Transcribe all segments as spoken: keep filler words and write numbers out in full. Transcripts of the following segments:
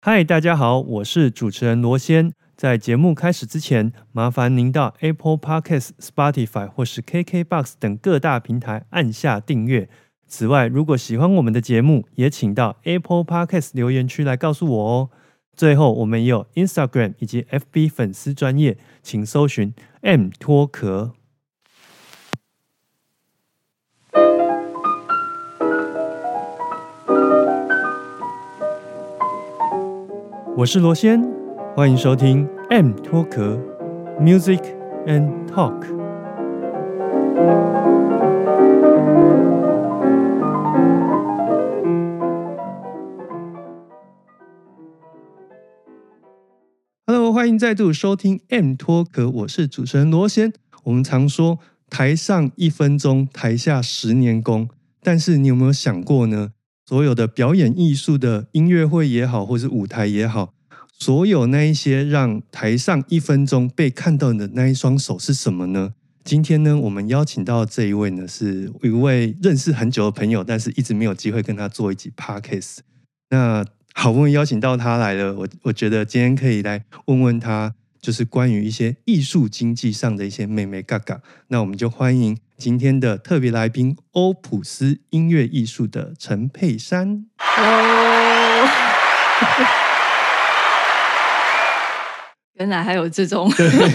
嗨，大家好，我是主持人罗先。在节目开始之前，麻烦您到 Apple Podcast、Spotify 或是 K K B O X 等各大平台按下订阅。此外，如果喜欢我们的节目，也请到 Apple Podcast 留言区来告诉我哦。最后，我们也有 Instagram 以及 F B 粉丝专页，请搜寻 M 脱壳。我是罗先，欢迎收听 M 脱壳 Music and Talk。Hello， 欢迎再度收听 M 脱壳，我是主持人罗先。我们常说台上一分钟，台下十年功，但是你有没有想过呢？所有的表演艺术的音乐会也好，或是舞台也好，所有那一些让台上一分钟被看到的那一双手是什么呢？今天呢，我们邀请到这一位呢，是一位认识很久的朋友，但是一直没有机会跟他做一集 podcast。那好不容易邀请到他来了，我我觉得今天可以来问问他，就是关于一些艺术经济上的一些眉眉角角。那我们就欢迎今天的特别来宾，欧普思音乐艺术的陈佩珊。 Hello 原来还有这种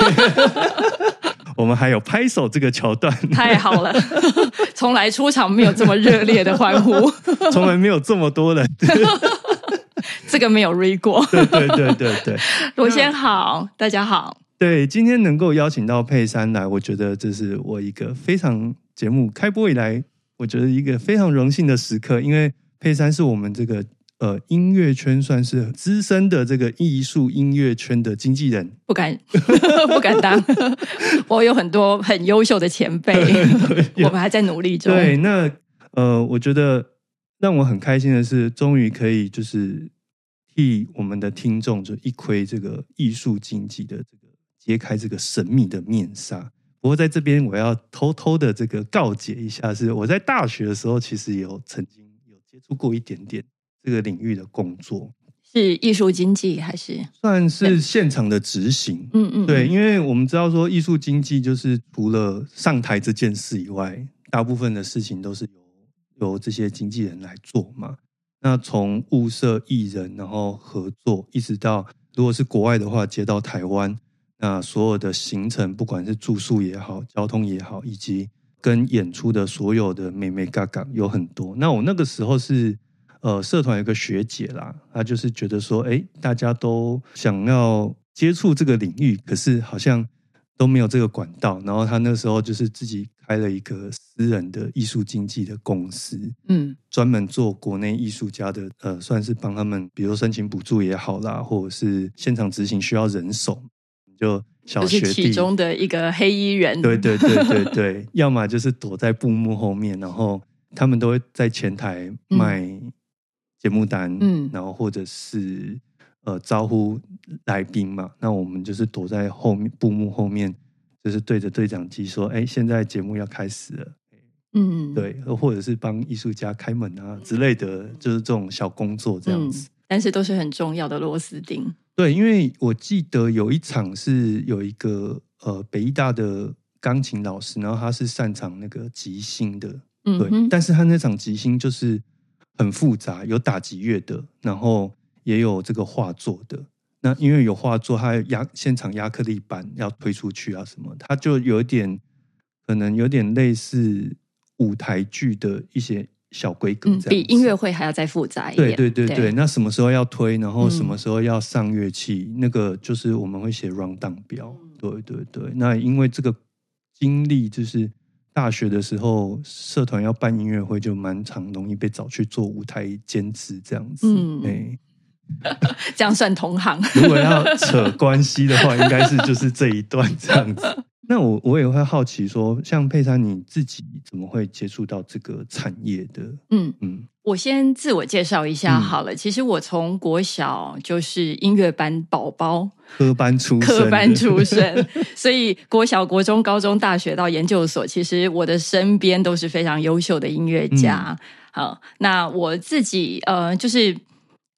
我们还有拍手这个桥段， 太好了从来出场没有这么热烈的欢呼从来没有这么多人这个没有 re 过对对对对对， 罗先好，大家好。 对，今天能够邀请到佩珊来，我觉得这是我一个非常节目开播以来，我觉得一个非常荣幸的时刻，因为佩珊是我们这个呃音乐圈算是资深的这个艺术音乐圈的经纪人， 不敢不敢当我有很多很优秀的前辈我们还在努力中。 对，那呃，我觉得让我很开心的是，终于可以就是替我们的听众就一窥这个艺术经济的这个揭开这个神秘的面纱。不过在这边我要偷偷的这个告解一下，是我在大学的时候其实有曾经有接触过一点点这个领域的工作。 是艺术经济还是算是现场的执行？嗯嗯，对，因为我们知道说艺术经济就是除了上台这件事以外，大部分的事情都是由由这些经纪人来做嘛。那从物色艺人，然后合作，一直到如果是国外的话接到台湾，那所有的行程不管是住宿也好，交通也好，以及跟演出的所有的眉眉角角有很多。那我那个时候是呃社团有个学姐啦，她就是觉得说诶大家都想要接触这个领域，可是好像都没有这个管道，然后她那时候就是自己开了一个私人的艺术经纪的公司，嗯，专门做国内艺术家的呃，算是帮他们比如说申请补助也好啦，或者是现场执行需要人手，就小学弟就是其中的一个黑衣人。 对对对对对要么就是躲在布幕后面，然后他们都会在前台卖节目单，嗯，然后或者是呃招呼来宾嘛，那我们就是躲在后面布幕后面，就是对着对讲机说哎，现在节目要开始了，嗯，对，或者是帮艺术家开门啊之类的，就是这种小工作这样子，嗯， 但是都是很重要的螺丝钉。 对，因为我记得有一场是有一个呃北艺大的钢琴老师，然后他是擅长那个即兴的，嗯，对，但是他那场即兴就是很复杂，有打击乐的，然后也有这个画作的。那因为有画作，他压现场亚克力板要推出去啊什么，他就有点可能有点类似舞台剧的一些小规格这样子，嗯， 比音乐会还要再复杂一点。 对对对 对, 对，那什么时候要推，然后什么时候要上乐器，嗯，那个就是我们会写 round down 表，嗯，对对对。那因为这个经历，就是大学的时候社团要办音乐会，就蛮常容易被找去做舞台监制这样子，嗯，欸， 这样算同行。 如果要扯关系的话，应该是就是这一段这样子。那我我也会好奇说，像佩珊你自己怎么会接触到这个产业的？ 嗯嗯，我先自我介绍一下好了。嗯，其实我从国小就是音乐班宝宝， 科班出身， 科班出身，所以国小、国中、高中、大学到研究所，其实我的身边都是非常优秀的音乐家。嗯，好，那我自己呃，就是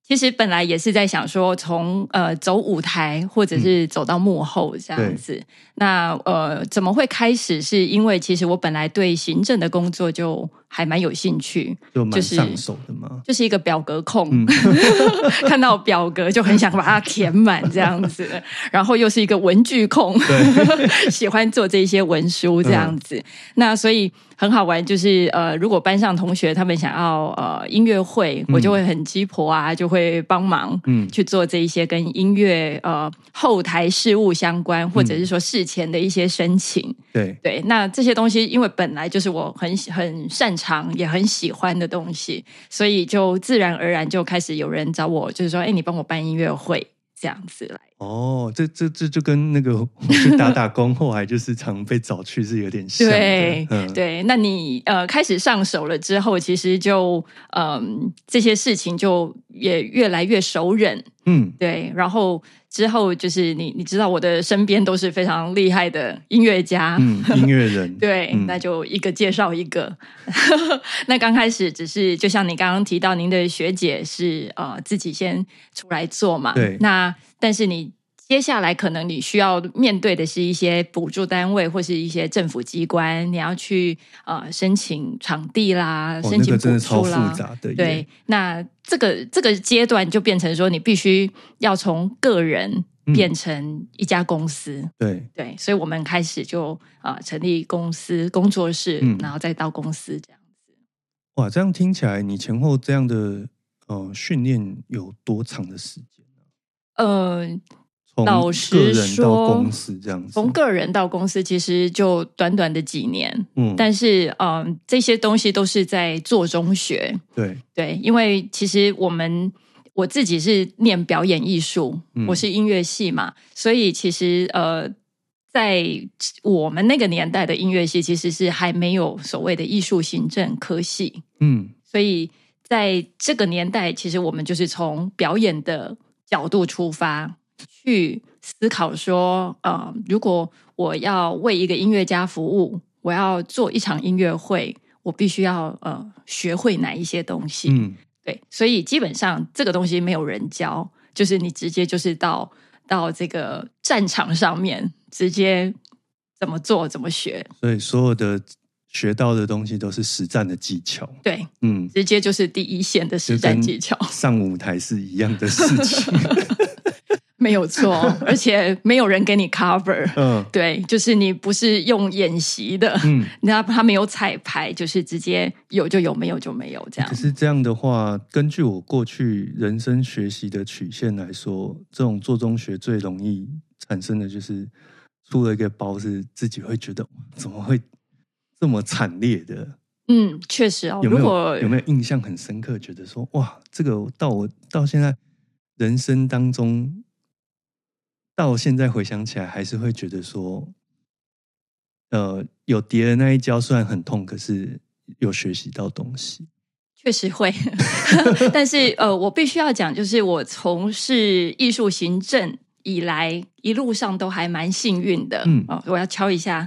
其实本来也是在想说从呃走舞台或者是走到幕后这样子、嗯、那呃怎么会开始，是因为其实我本来对行政的工作就还蛮有兴趣， 就蛮上手的嘛、 就是、就是一个表格控、嗯、看到表格就很想把它填满这样子然后又是一个文具控喜欢做这些文书这样子、嗯、那所以很好玩，就是呃，如果班上同学他们想要呃音乐会，我就会很鸡婆啊，就会帮忙嗯去做这一些跟音乐呃后台事务相关，或者是说事前的一些申请。 对对，那这些东西因为本来就是我很很擅长也很喜欢的东西，所以就自然而然就开始有人找我，就是说，哎，你帮我办音乐会这样子来。 哦，这这这就跟那个我去打打工，后来就是常被找去是有点像的。 对、 嗯、 对，那你呃开始上手了之后，其实就嗯、呃、这些事情就也越来越熟稔。嗯，对，然后之后就是你你知道我的身边都是非常厉害的音乐家， 嗯，音乐人， 对、嗯，那就一个介绍一个。那刚开始只是就像你刚刚提到，您的学姐是呃自己先出来做嘛， 对， 那但是你接下来可能你需要面对的是一些补助单位或是一些政府机关，你要去呃申请场地啦， 哦、 申请补助啦， 那个真的超复杂的。 对，那这个这个阶段就变成说，你必须要从个人变成一家公司。嗯、 对对，所以我们开始就呃成立公司工作室、嗯，然后再到公司这样子。 哇，这样听起来，你前后这样的呃训练有多长的时间呢？呃。 老实说， 到公司这样子， 从个人到公司其实就短短的几年，嗯，但是嗯、呃，这些东西都是在做中学， 对对，因为其实我们我自己是念表演艺术、嗯，我是音乐系嘛，所以其实呃，在我们那个年代的音乐系其实是还没有所谓的艺术行政科系，嗯，所以在这个年代，其实我们就是从表演的角度出发。去思考说，呃，如果我要为一个音乐家服务，我要做一场音乐会，我必须要呃学会哪一些东西？嗯，对，所以基本上这个东西没有人教，就是你直接就是到到这个战场上面，直接怎么做怎么学。 所以所有的学到的东西都是实战的技巧。 对，嗯，直接就是第一线的实战技巧， 上舞台是一样的事情。 没有错，而且没有人给你 cover， 嗯，对，就是你不是用演习的，嗯，那他没有彩排，就是直接有就有，没有就没有这样。 可是这样的话，根据我过去人生学习的曲线来说，这种做中学最容易产生的就是出了一个包，是自己会觉得怎么会这么惨烈的？ 嗯，确实哦。 有没有如果有没有印象很深刻，觉得说哇，这个到我到现在人生当中。到现在回想起来，还是会觉得说，呃，有跌的那一跤虽然很痛，可是有学习到东西。 确实会，但是呃，我必须要讲，就是我从事艺术行政以来，一路上都还蛮幸运的。嗯，哦，我要敲一下。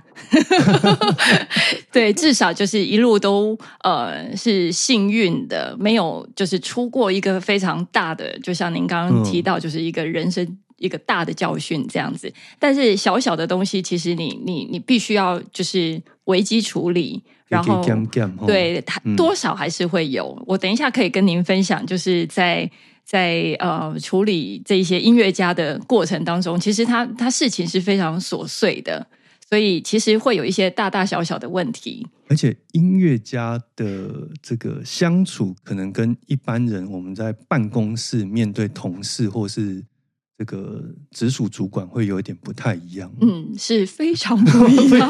对，至少就是一路都呃是幸运的，没有就是出过一个非常大的，就像您刚刚提到，就是一个人生。一个大的教训这样子，但是小小的东西，其实你你你必须要就是危机处理，然后对它多少还是会有、嗯。我等一下可以跟您分享，就是在在呃处理这些音乐家的过程当中，其实他他事情是非常琐碎的，所以其实会有一些大大小小的问题。 而且音乐家的这个相处，可能跟一般人我们在办公室面对同事或是这个直属主管会有一点不太一样。 嗯，是非常不一样。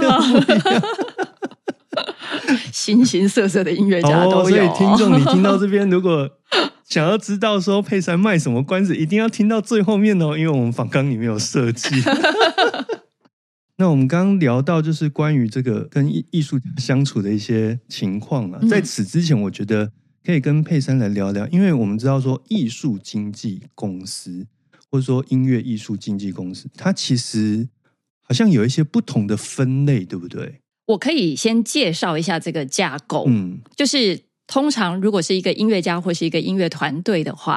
形形色色的音乐家都有、哦、 所以听众你听到这边，如果想要知道说佩珊卖什么关子，一定要听到最后面哦，因为我们访纲里面有设计。那我们刚刚聊到就是关于这个跟艺术家相处的一些情况啊、嗯，在此之前我觉得可以跟佩珊来聊聊，因为我们知道说艺术经纪公司或者说音乐艺术经纪公司，它其实好像有一些不同的分类，对不对？ 我可以先介绍一下这个架构，嗯，就是通常如果是一个音乐家或是一个音乐团队的话，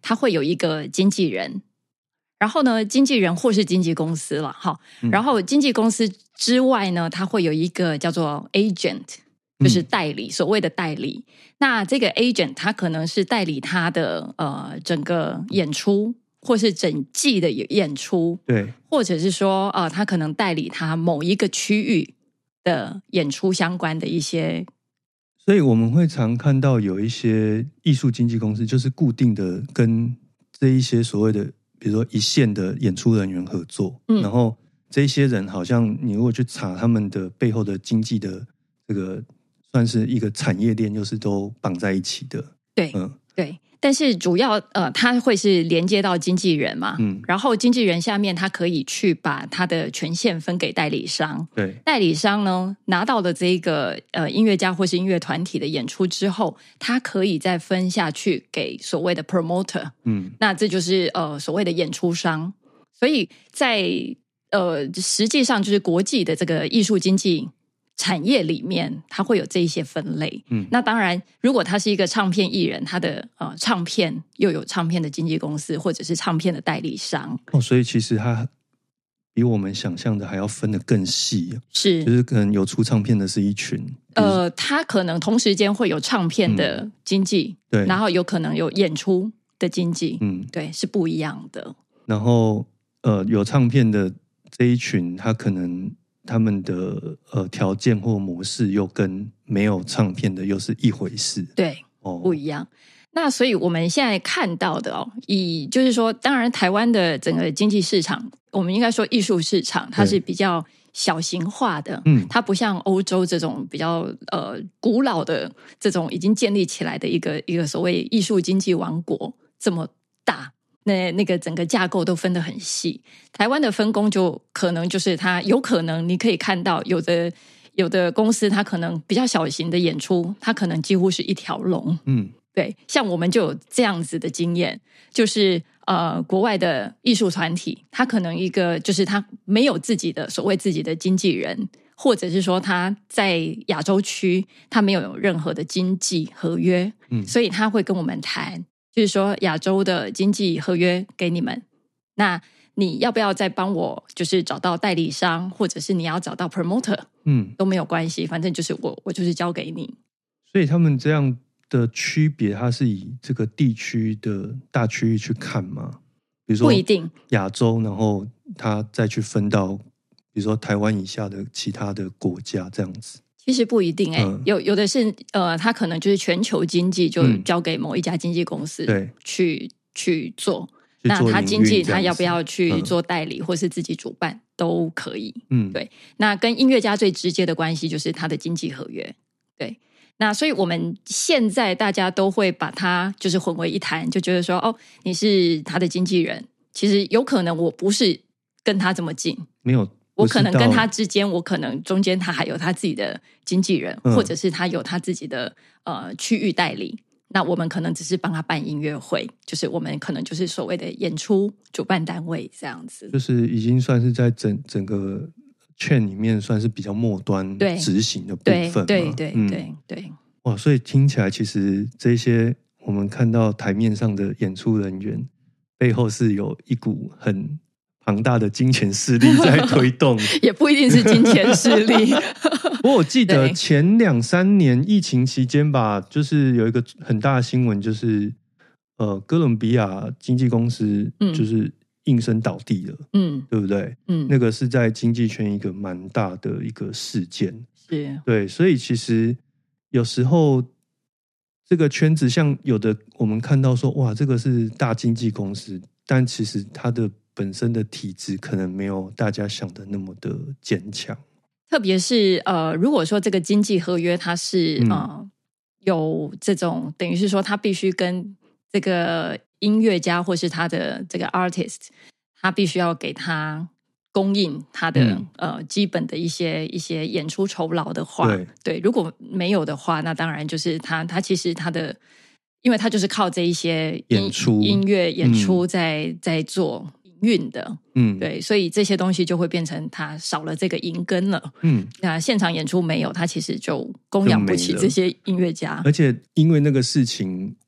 他会有一个经纪人，然后呢，经纪人或是经纪公司了哈。然后经纪公司之外呢，他会有一个叫做 agent， 就是代理，嗯、所谓的代理。那这个 agent 他可能是代理他的呃整个演出，或是整季的演出， 对， 或者是说呃他可能代理他某一个区域的演出相关的一些。 所以我们会常看到有一些艺术经纪公司，就是固定的跟这一些所谓的，比如说一线的演出人员合作，嗯，然后这一些人好像你如果去查他们的背后的经济的这个，算是一个产业链，又是都绑在一起的， 对，嗯，对。但是主要呃，他会是连接到经纪人嘛，嗯，然后经纪人下面他可以去把他的权限分给代理商， 对， 代理商呢拿到了这个呃音乐家或是音乐团体的演出之后，他可以再分下去给所谓的 promoter， 嗯，那这就是呃所谓的演出商，所以在呃实际上就是国际的这个艺术经济产业里面，它会有这一些分类。嗯，那当然，如果他是一个唱片艺人，他的呃唱片又有唱片的经纪公司，或者是唱片的代理商。 哦，所以其实它比我们想象的还要分得更细。 是， 就是可能有出唱片的是一群， 呃，他可能同时间会有唱片的经纪，嗯、对，然后有可能有演出的经纪，嗯，对，是不一样的。 然后呃，有唱片的这一群，他可能。他们的呃条件或模式又跟没有唱片的又是一回事， 对，哦，不一样。那所以我们现在看到的哦，以就是说，当然台湾的整个经济市场，我们应该说艺术市场，它是比较小型化的，嗯，它不像欧洲这种比较呃古老的这种已经建立起来的一个一个所谓艺术经济王国这么大。那那个整个架构都分得很细，台湾的分工就可能就是它有可能你可以看到有的有的公司它可能比较小型的演出，它可能几乎是一条龙，嗯，对，像我们就有这样子的经验，就是呃国外的艺术团体，它可能一个就是它没有自己的所谓自己的经纪人，或者是说他在亚洲区他没有任何的经纪合约，嗯，所以他会跟我们谈。就是说亚洲的经纪合约给你们，那你要不要再帮我就是找到代理商，或者是你要找到 promoter， 嗯，都没有关系，反正就是我我就是交给你。 所以他们这样的区别，它是以这个地区的大区域去看吗？比如说不一定亚洲，然后他再去分到比如说台湾以下的其他的国家这样子。 其实不一定哎、欸嗯，有有的是呃，他可能就是全球经济就交给某一家经纪公司去、嗯、去做，那他经纪他要不要去做代理、嗯、或是自己主办都可以。嗯，对。那跟音乐家最直接的关系就是他的经纪合约。对，那所以我们现在大家都会把它就是混为一谈，就觉得说哦，你是他的经纪人，其实有可能我不是跟他这么近， 没有。 我可能跟他之间，我可能中间他还有他自己的经纪人，嗯、或者是他有他自己的呃区域代理。那我们可能只是帮他办音乐会，就是我们可能就是所谓的演出主办单位这样子。 就是已经算是在整整个圈里面算是比较末端执行的部分嘛。 对对对、嗯、对对。 哇，所以听起来其实这些我们看到台面上的演出人员背后是有一股很庞大的金钱势力在推动。 也不一定是金钱势力。 不过我记得前两三年疫情期间吧，就是有一个很大的新闻，就是呃哥伦比亚经纪公司就是应声倒地了，嗯，对不对？嗯，那个是在经济圈一个蛮大的一个事件， 是， 对，所以其实有时候这个圈子像有的我们看到说哇，这个是大经纪公司，但其实它的本身的体质可能没有大家想的那么的坚强， 特别是呃，如果说这个经纪合约它是、嗯、呃有这种等于是说他必须跟这个音乐家或是他的这个 artist， 他必须要给他供应他的、嗯、呃基本的一些一些演出酬劳的话，对，对，如果没有的话，那当然就是他他其实他的。因为他就是靠这一些演出、 音乐演出在、嗯、在做营运的，嗯，对，所以这些东西就会变成他少了这个银根了，嗯，那现场演出没有，他其实就供养不起这些音乐家。 而且因为那个事情，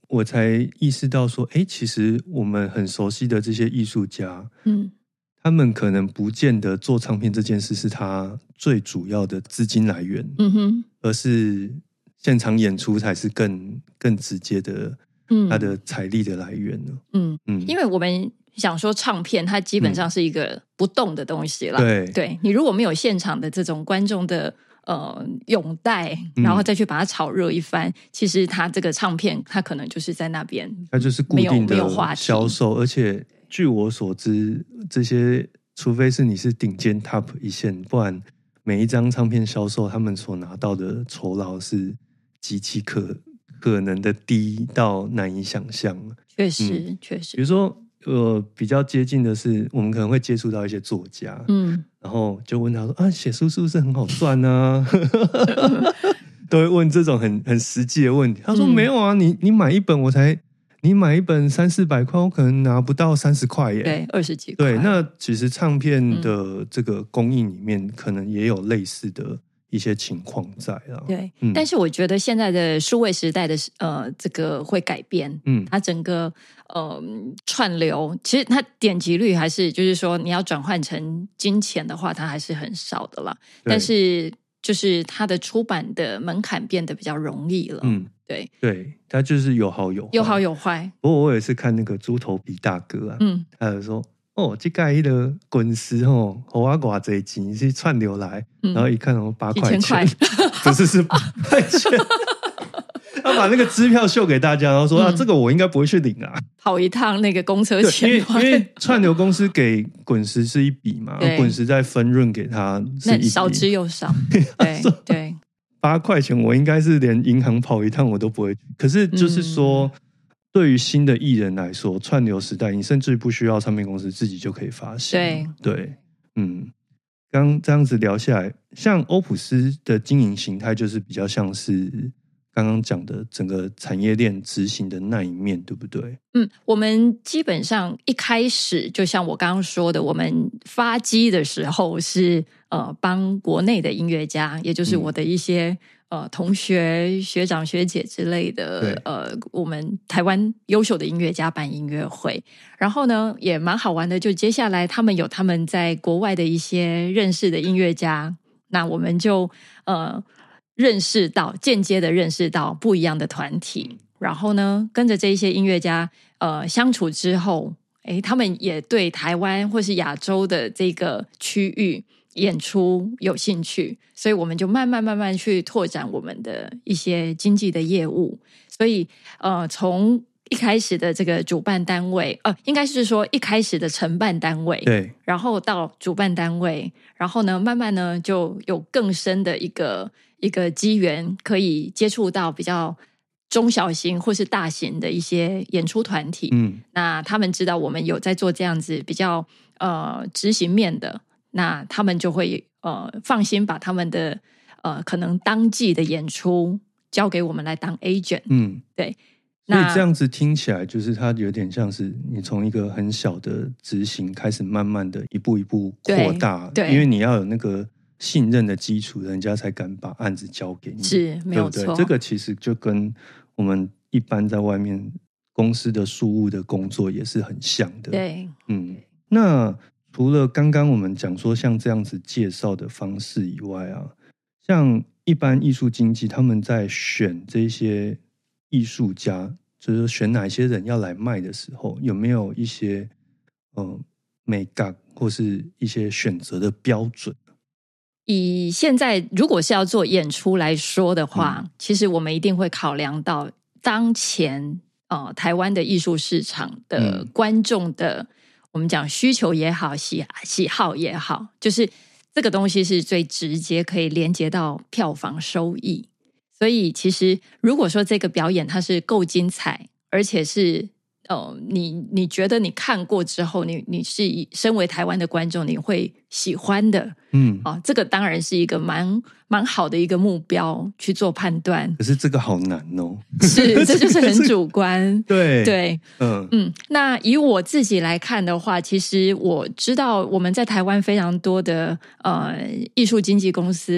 我才意识到说，哎，其实我们很熟悉的这些艺术家，嗯，他们可能不见得做唱片这件事是他最主要的资金来源，嗯哼，而是现场演出才是更更直接的，嗯，他的财力的来源呢。 嗯嗯，因为我们想说唱片它基本上是一个不动的东西啦， 对， 对，你如果没有现场的这种观众的呃拥戴，然后再去把它炒热一番，嗯，其实它这个唱片它可能就是在那边， 它就是固定的销售，而且据我所知，这些除非是你是顶尖 top 一线，不然每一张唱片销售他们所拿到的酬劳是极其可可能的低到难以想象。 确实，嗯，确实， 比如说呃，比较接近的是，我们可能会接触到一些作家，嗯，然后就问他说啊，写书是不是很好赚啊？都会问这种很很实际的问题。他说、嗯、没有啊，你你买一本我才，你买一本三四百块，我可能拿不到三十块耶。 对，二十几块。 对，那其实唱片的这个供应里面，可能也有类似的一些情况在啦。 对、嗯，但是我觉得现在的数位时代的呃，这个会改变，嗯，它整个呃串流，其实它点击率还是就是说你要转换成金钱的话，它还是很少的啦。但是就是它的出版的门槛变得比较容易了，嗯，对对，它就是有好有坏， 有好有坏。 不过我也是看那个猪头皮大哥啊，嗯，他就说。哦，这个那个滚石哦，给我多少钱是串流来、嗯，然后一看哦，八块钱，不是是八块钱，他把那个支票秀给大家，然后说、嗯、啊，这个我应该不会去领啊， 跑一趟那个公车钱， 因为因为串流公司给滚石是一笔嘛，滚石再分润给他是一笔， 那少之又少，对对， 八块钱我应该是连银行跑一趟我都不会去，可是就是说。嗯对于新的艺人来说，串流时代，你甚至不需要唱片公司自己就可以发行。对对，嗯，刚这样子聊下来，像欧普思的经营形态，就是比较像是刚刚讲的整个产业链执行的那一面，对不对？ 嗯，我们基本上一开始，就像我刚刚说的，我们发迹的时候是呃帮国内的音乐家，也就是我的一些。嗯呃，同学、学长、学姐之类的，呃，我们台湾优秀的音乐家办音乐会，然后呢，也蛮好玩的。就接下来他们有他们在国外的一些认识的音乐家，那我们就呃认识到，间接的认识到不一样的团体，然后呢，跟着这一些音乐家呃相处之后，诶，他们也对台湾或是亚洲的这个区域。演出有兴趣，所以我们就慢慢慢慢去拓展我们的一些经济的业务。所以呃，从一开始的这个主办单位，呃，应该是说一开始的承办单位， 对， 然后到主办单位，然后呢，慢慢呢就有更深的一个一个机缘，可以接触到比较中小型或是大型的一些演出团体。嗯，那他们知道我们有在做这样子比较呃执行面的。那他们就会呃放心把他们的呃可能当季的演出交给我们来当 agent， 嗯，对。 所以这样子听起来，就是它有点像是你从一个很小的执行开始，慢慢的一步一步扩大， 对， 因为你要有那个信任的基础，人家才敢把案子交给你， 是没有错。 对不对？这个其实就跟我们一般在外面公司的事务的工作也是很像的， 对， 嗯，那。除了刚刚我们讲说像这样子介绍的方式以外啊，像一般艺术经纪他们在选这些艺术家，就是选哪些人要来卖的时候，有没有一些呃美感或是一些选择的标准？ 以现在如果是要做演出来说的话，嗯、其实我们一定会考量到当前呃台湾的艺术市场的观众的。嗯我们讲需求也好，喜喜好也好，就是这个东西是最直接可以连接到票房收益。所以其实如果说这个表演它是够精彩，而且是呃，你你觉得你看过之后，你你是身为台湾的观众，你会喜欢的，嗯，啊，这个当然是一个蛮蛮好的一个目标去做判断。 可是这个好难哦， 是，这就是很主观， 对对，嗯嗯。那以我自己来看的话，其实我知道我们在台湾非常多的呃艺术经纪公司。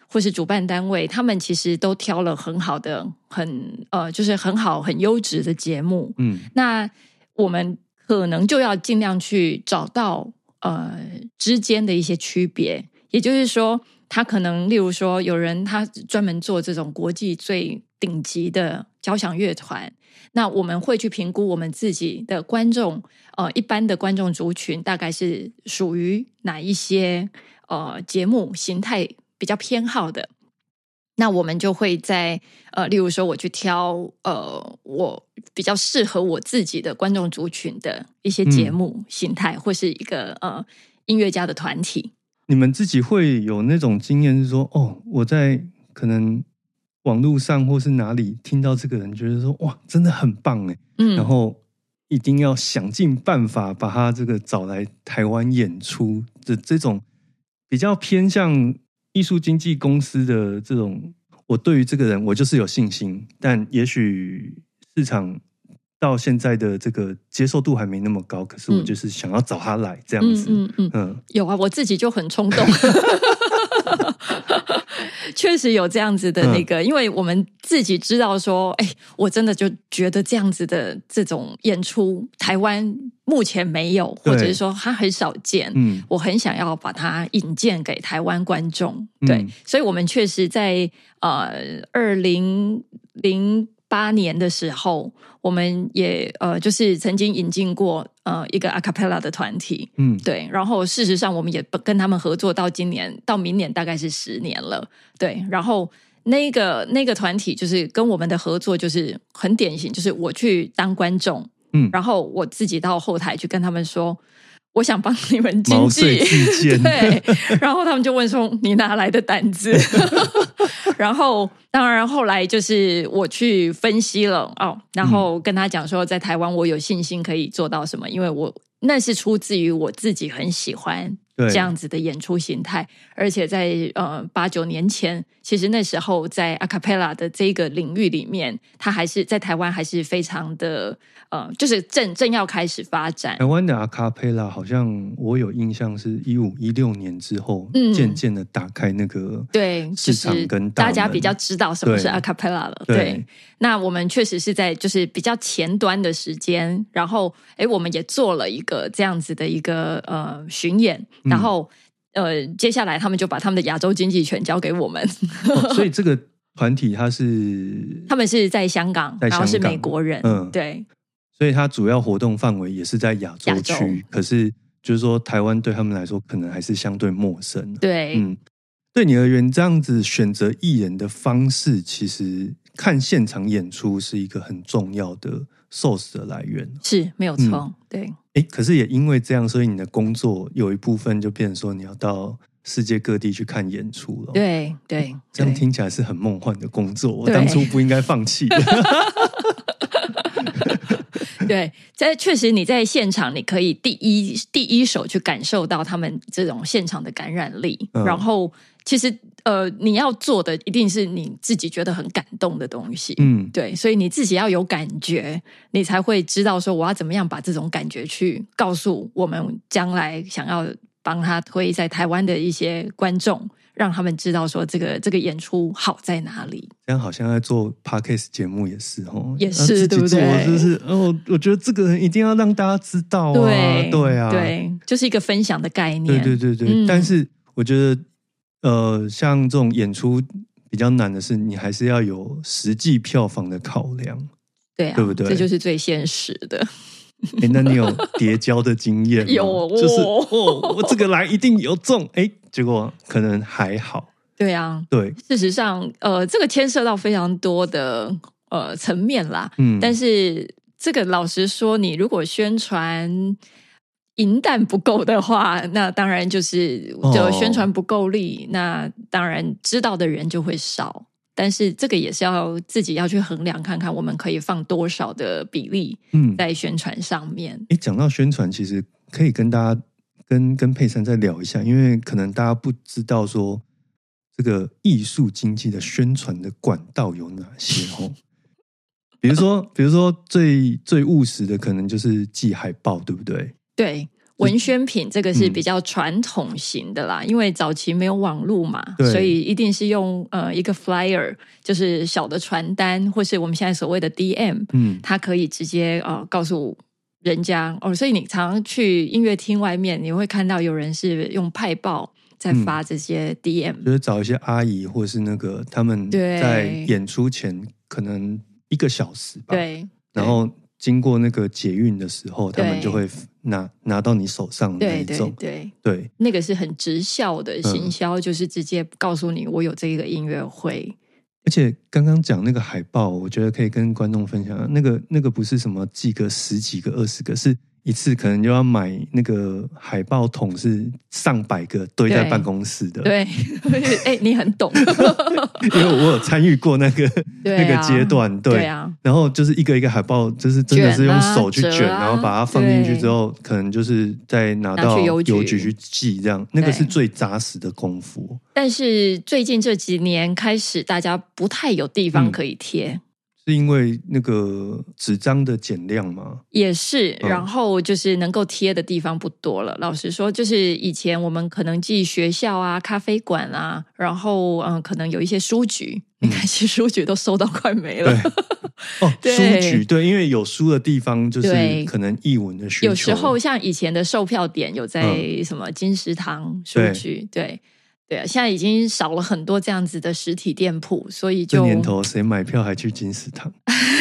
或是主办单位，他们其实都挑了很好的、很呃，就是很好、很优质的节目。嗯，那我们可能就要尽量去找到呃之间的一些区别，也就是说，他可能例如说，有人他专门做这种国际最顶级的交响乐团，那我们会去评估我们自己的观众，呃，一般的观众族群大概是属于哪一些呃节目形态比较偏好的，那我们就会在呃，例如说我去挑呃我比较适合我自己的观众族群的一些节目形态，嗯、或是一个呃音乐家的团体。 你们自己会有那种经验是说，哦，我在可能网络上或是哪里听到这个人，觉得说哇，真的很棒哎，嗯，然后一定要想尽办法把他这个找来台湾演出的这种比较偏向艺术经纪公司的这种，我对于这个人我就是有信心，但也许市场到现在的这个接受度还没那么高，可是我就是想要找他来这样子。嗯嗯 嗯, 嗯， 有啊，我自己就很冲动。确实有这样子的那个、嗯、因为我们自己知道说，哎，我真的就觉得这样子的这种演出台湾目前没有，或者是说它很少见，嗯，我很想要把它引荐给台湾观众。对、嗯、所以我们确实在呃二零零八年的时候，我们也呃就是曾经引进过呃一个 a cappella 的团体，嗯，对，然后事实上我们也跟他们合作到今年到明年大概是十年了，对，然后那个那个团体就是跟我们的合作就是很典型，就是我去当观众，嗯，然后我自己到后台去跟他们说，我想帮你们经纪，对，然后他们就问说你哪来的胆子？然后当然后来就是我去分析了哦，然后跟他讲说在台湾我有信心可以做到什么，因为我那是出自于我自己很喜欢这样子的演出形态，而且在呃八九年前，其实那时候在 a cappella 的这个领域里面，它还是在台湾还是非常的呃，就是正正要开始发展。 台湾的 a cappella 好像我有印象是一五一六年之后，嗯，渐渐的打开那个对市场跟大门， 大家比较知道什么是 a cappella 了。对，对那我们确实是在就是比较前端的时间，然后哎，我们也做了一个这样子的一个呃巡演。然后，呃，接下来他们就把他们的亚洲经济权交给我们。 哦、所以这个团体他是他们是在香港， 在香港然后是美国人，嗯，对。 所以他主要活动范围也是在亚洲区，可是就是说台湾对他们来说可能还是相对陌生。 对，嗯， 对你而言，这样子选择艺人的方式，其实看现场演出是一个很重要的 source 的来源， 是没有错，嗯、对。 诶，可是也因为这样，所以你的工作有一部分就变成说你要到世界各地去看演出了。 对对， 这样听起来是很梦幻的工作，我当初不应该放弃的。 对，在确实你在现场，你可以第一第一手去感受到他们这种现场的感染力，嗯、然后其实呃，你要做的一定是你自己觉得很感动的东西，嗯，对，所以你自己要有感觉，你才会知道说我要怎么样把这种感觉去告诉我们将来想要帮他推在台湾的一些观众，让他们知道说这个这个演出好在哪里。 这样好像在做 podcast 节目也是哦， 也是对不对？ 就是哦，我觉得这个人一定要让大家知道啊， 对对啊， 对，就是一个分享的概念。 对对对对，嗯、但是我觉得。呃，像这种演出比较难的是，你还是要有实际票房的考量， 对啊， 对不对？ 这就是最现实的。 哎，那你有叠交的经验吗？ 有， 就是哦，我这个来一定有中，哎，结果可能还好。 对啊， 对， 事实上，呃，这个牵涉到非常多的呃层面啦。嗯，但是这个老实说，你如果宣传银弹不够的话，那当然就是就宣传不够力，哦、那当然知道的人就会少。但是这个也是要自己要去衡量看看，我们可以放多少的比例在宣传上面。 嗯、讲到宣传，其实可以跟大家跟跟佩珊再聊一下，因为可能大家不知道说这个艺术经济的宣传的管道有哪些哦。比如说，比如说最最务实的，可能就是寄海报，对不对？ 对， 文宣品这个是比较传统型的啦，嗯、因为早期没有网络嘛，所以一定是用呃一个 flyer， 就是小的传单，或是我们现在所谓的 D M， 嗯，它可以直接呃告诉人家哦，所以你常常去音乐厅外面，你会看到有人是用派报在发这些 D M，、嗯、 就是找一些阿姨或是那个他们在演出前可能一个小时吧， 对， 然后经过那个捷运的时候，他们就会拿拿到你手上的那一种， 对对 对, 对， 那个是很直效的行销、嗯，就是直接告诉你我有这个音乐会。 而且刚刚讲那个海报，我觉得可以跟观众分享，那个那个不是什么寄个十几个、二十个，是一次可能就要买那个海报筒，是上百个堆在办公室的。 对，哎、欸，你很懂， 因为我有参与过那个、啊、那个阶段，对， 对啊。然后就是一个一个海报，就是真的是用手去卷，啊、然后把它放进去之后，可能就是再拿到邮局去寄，这样那个是最扎实的功夫。 但是最近这几年开始，大家不太有地方可以贴。嗯， 是因为那个纸张的减量吗？ 也是，然后就是能够贴的地方不多了。嗯、老实说，就是以前我们可能寄学校啊、咖啡馆啊，然后嗯，可能有一些书局，你看，其实书局都收到快没了。 对哦，书局对，因为有书的地方就是可能艺文的需求。 有时候像以前的售票点有在什么金石堂书局，对。对对啊，现在已经少了很多这样子的实体店铺，所以就这年头谁买票还去金石堂？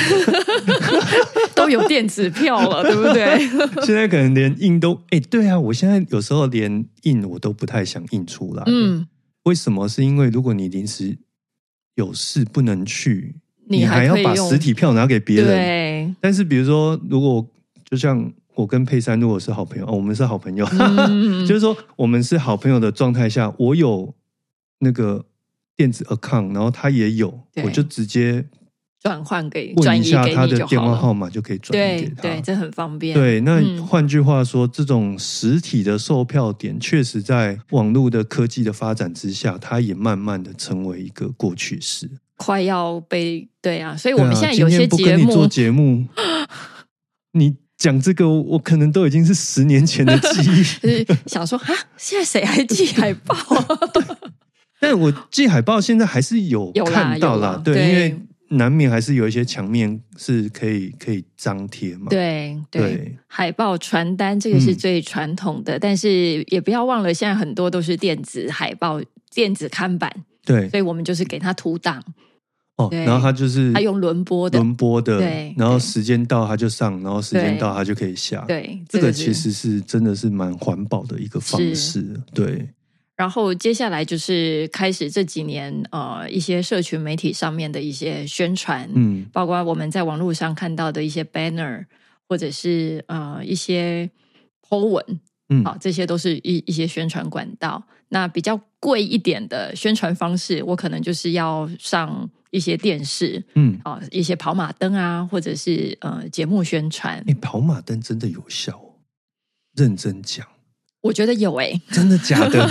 都有电子票了，对不对？ 现在可能连印都哎，对啊，我现在有时候连印我都不太想印出来。嗯，为什么？是因为如果你临时有事不能去，你还要把实体票拿给别人。 对， 但是比如说，如果就像我跟佩珊如果是好朋友、哦、我们是好朋友、嗯、就是说我们是好朋友的状态下，我有那个电子 account， 然后他也有，我就直接转换给问一下他的电话号码就可以转移给他。 对对，这很方便。 对，那换句话说、嗯、这种实体的售票点确实在网络的科技的发展之下，它也慢慢的成为一个过去式， 快要被对啊，所以我们现在有些节目、啊、今天不跟你做节目你讲这个我可能都已经是十年前的记忆就是想说哈，现在谁还寄海报啊？ 但我寄海报现在还是有看到啦，对，对，因为难免还是有一些墙面是可以可以张贴嘛。 对 对, 对，海报传单这个是最传统的、嗯、但是也不要忘了现在很多都是电子海报、电子看板，对，所以我们就是给它图档哦，然后他就是他用轮播的， 轮播的，对，然后时间到他就上，然后时间到他就可以下， 对， 这个其实是真的是蛮环保的一个方式，对。 然后接下来就是开始这几年呃一些社群媒体上面的一些宣传，嗯，包括我们在网络上看到的一些 banner， 或者是呃一些 po 文，嗯，好、哦，这些都是一一些宣传管道。那比较贵一点的宣传方式，我可能就是要上一些电视，嗯，啊、哦，一些跑马灯啊，或者是呃节目宣传。 哎，跑马灯真的有效？认真讲， 我觉得有诶、欸， 真的假的？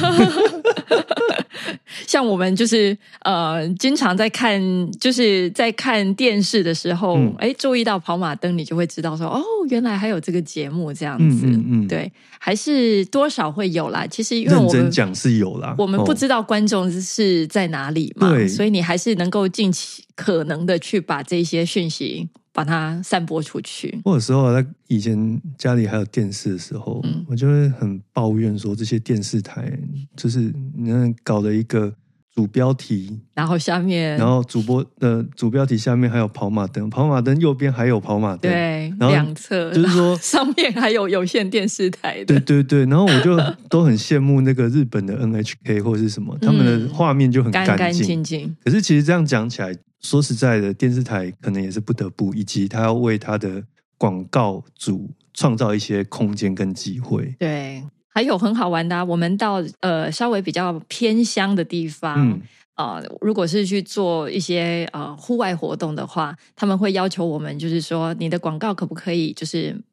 像我们就是呃，经常在看，就是在看电视的时候，哎、嗯，注意到跑马灯，你就会知道说，哦，原来还有这个节目这样子。嗯嗯嗯，对，还是多少会有啦。其实因为我们认真讲是有啦， 我们不知道观众是在哪里嘛，哦、所以你还是能够尽其可能的去把这些讯息把它散播出去。 我有时候在以前家里还有电视的时候、嗯、我就会很抱怨说这些电视台就是你看搞了一个主标题， 然后下面然后主播的主标题下面还有跑马灯，跑马灯右边还有跑马灯， 对，两侧就是说上面还有有线电视台的， 对对对，然后我就都很羡慕那个日本的 N H K 或是什么、嗯、他们的画面就很干净干干净净。 可是其实这样讲起来，说实在的，电视台可能也是不得不，以及他要为他的广告主创造一些空间跟机会。 对，还有很好玩的、啊、我们到呃稍微比较偏乡的地方、嗯呃、如果是去做一些呃户外活动的话，他们会要求我们就是说你的广告可不可以就是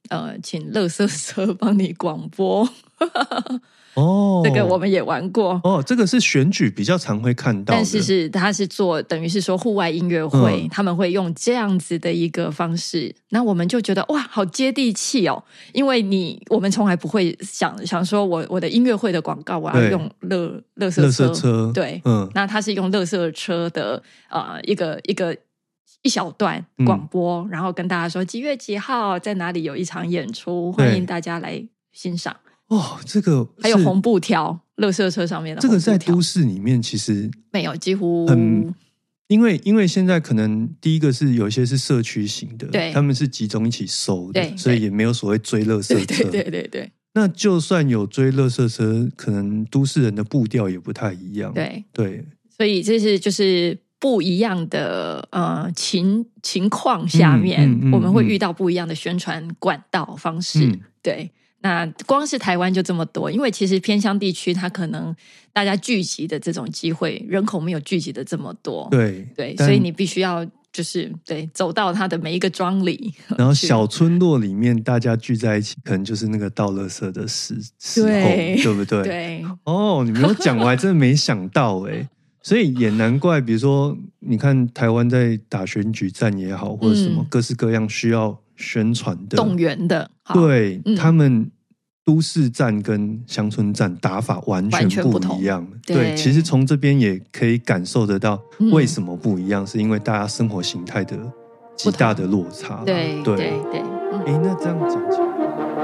呃，请垃圾车帮你广播。 哦， 这个我们也玩过哦，这个是选举比较常会看到的， 但是是它是做等于是说户外音乐会、嗯、他们会用这样子的一个方式，那我们就觉得哇好接地气哦，因为你我们从来不会想想说我我的音乐会的广告我要用垃垃圾车，垃圾车对，嗯，那它是用垃圾车的呃一个一个一小段广播、嗯、然后跟大家说几月几号在哪里有一场演出，欢迎大家来欣赏。 哦，这个还有红布条，垃圾车上面的红布条， 这个在都市里面其实没有，几乎很，因为因为现在可能第一个是有一些是社区型的， 对， 他们是集中一起收的，所以也没有所谓追垃圾车， 对对对对对。 那就算有追垃圾车，可能都市人的步调也不太一样， 对对， 所以这是就是不一样的呃情情况下面、嗯嗯嗯，我们会遇到不一样的宣传管道方式，嗯、对。那光是台湾就这么多，因为其实偏乡地区它可能大家聚集的这种机会人口没有聚集的这么多， 对对，所以你必须要就是对走到它的每一个庄里， 然后小村落里面大家聚在一起可能就是那个倒垃圾的时时候， 对, 对不对？ 对， 哦，你没有讲我还真的没想到耶所以也难怪比如说你看台湾在打选举战也好或者什么、嗯、各式各样需要宣传的动员的， 对、嗯、他们都市战跟乡村战打法完全不一样，对，对，其实从这边也可以感受得到为什么不一样、嗯、是因为大家生活形态的极大的落差， 对对对对、 嗯、诶那这样讲起来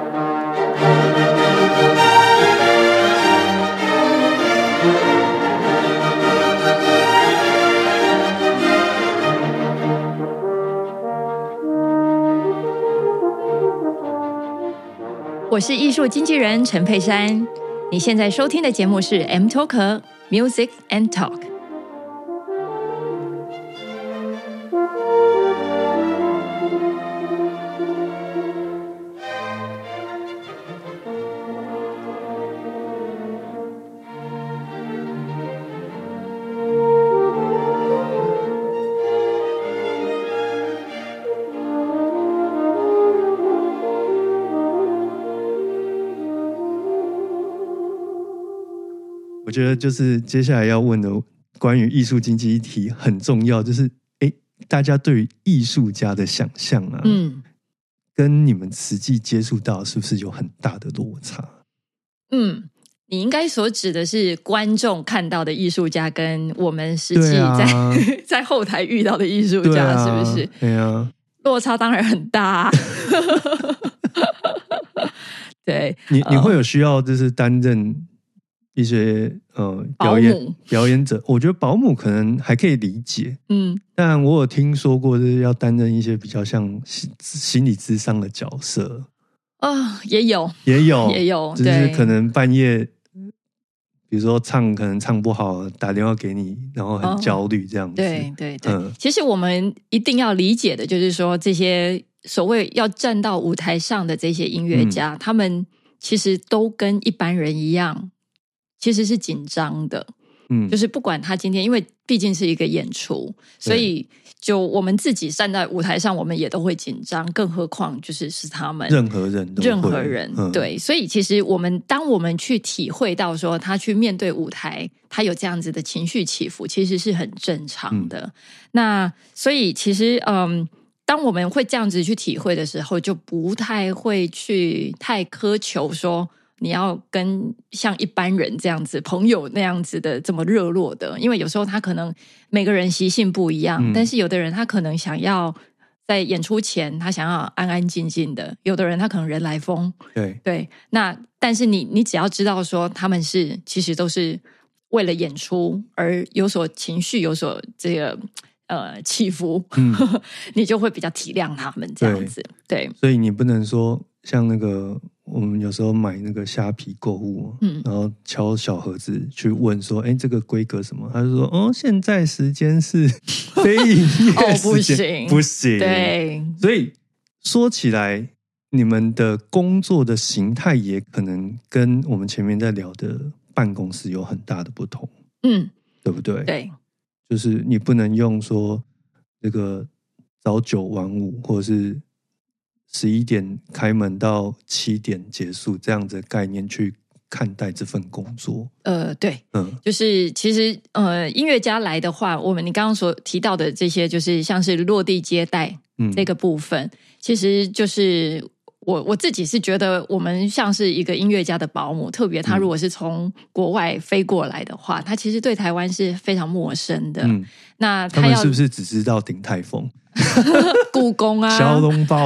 我是艺术经纪人陈佩珊，你现在收听的节目是 M Talker Music and Talk。 我觉得就是接下来要问的关于艺术经济议题很重要，就是诶大家对于艺术家的想象啊，嗯，跟你们实际接触到是不是有很大的落差？ 嗯，你应该所指的是观众看到的艺术家跟我们实际在、啊、在后台遇到的艺术家、啊、是不是？ 对啊， 落差当然很大、啊。对， 你你会有需要就是担任一些呃表演表演者，我觉得保姆可能还可以理解，嗯，但我有听说过就是要担任一些比较像心理咨商的角色啊、哦，也有也有也有， 就是可能半夜，比如说唱可能唱不好，打电话给你，然后很焦虑这样子。 哦、对对对、嗯，其实我们一定要理解的就是说，这些所谓要站到舞台上的这些音乐家，嗯、他们其实都跟一般人一样。其实是紧张的，嗯，就是不管他今天，因为毕竟是一个演出，所以就我们自己站在舞台上，我们也都会紧张，更何况就是是他们， 任何人都会， 任何人、嗯、对，所以其实我们当我们去体会到说他去面对舞台，他有这样子的情绪起伏，其实是很正常的。嗯、那所以其实嗯。当我们会这样子去体会的时候，就不太会去太苛求说你要跟像一般人这样子朋友那样子的这么热络的，因为有时候他可能每个人习性不一样、嗯、但是有的人他可能想要在演出前他想要安安静静的，有的人他可能人来疯， 对对，那但是你你只要知道说他们是其实都是为了演出而有所情绪有所这个呃起伏、嗯、你就会比较体谅他们这样子， 对, 对， 所以你不能说像那个我们有时候买那个虾皮购物、嗯、然后敲小盒子去问说哎，这个规格什么，他就说哦，现在时间是非营业时间哦， 不行不行， 对， 所以说起来你们的工作的形态也可能跟我们前面在聊的办公室有很大的不同，嗯，对不对？ 对， 就是你不能用说这个早九晚五或者是十一点开门到七点结束这样子的概念去看待这份工作。 呃，对，嗯，就是其实呃，音乐家来的话，我们你刚刚所提到的这些，就是像是落地接待这个部分，嗯、其实就是我我自己是觉得，我们像是一个音乐家的保姆，特别他如果是从国外飞过来的话，嗯、他其实对台湾是非常陌生的。嗯，那他要他们是不是只知道鼎泰丰？ 故宫啊， 小笼包，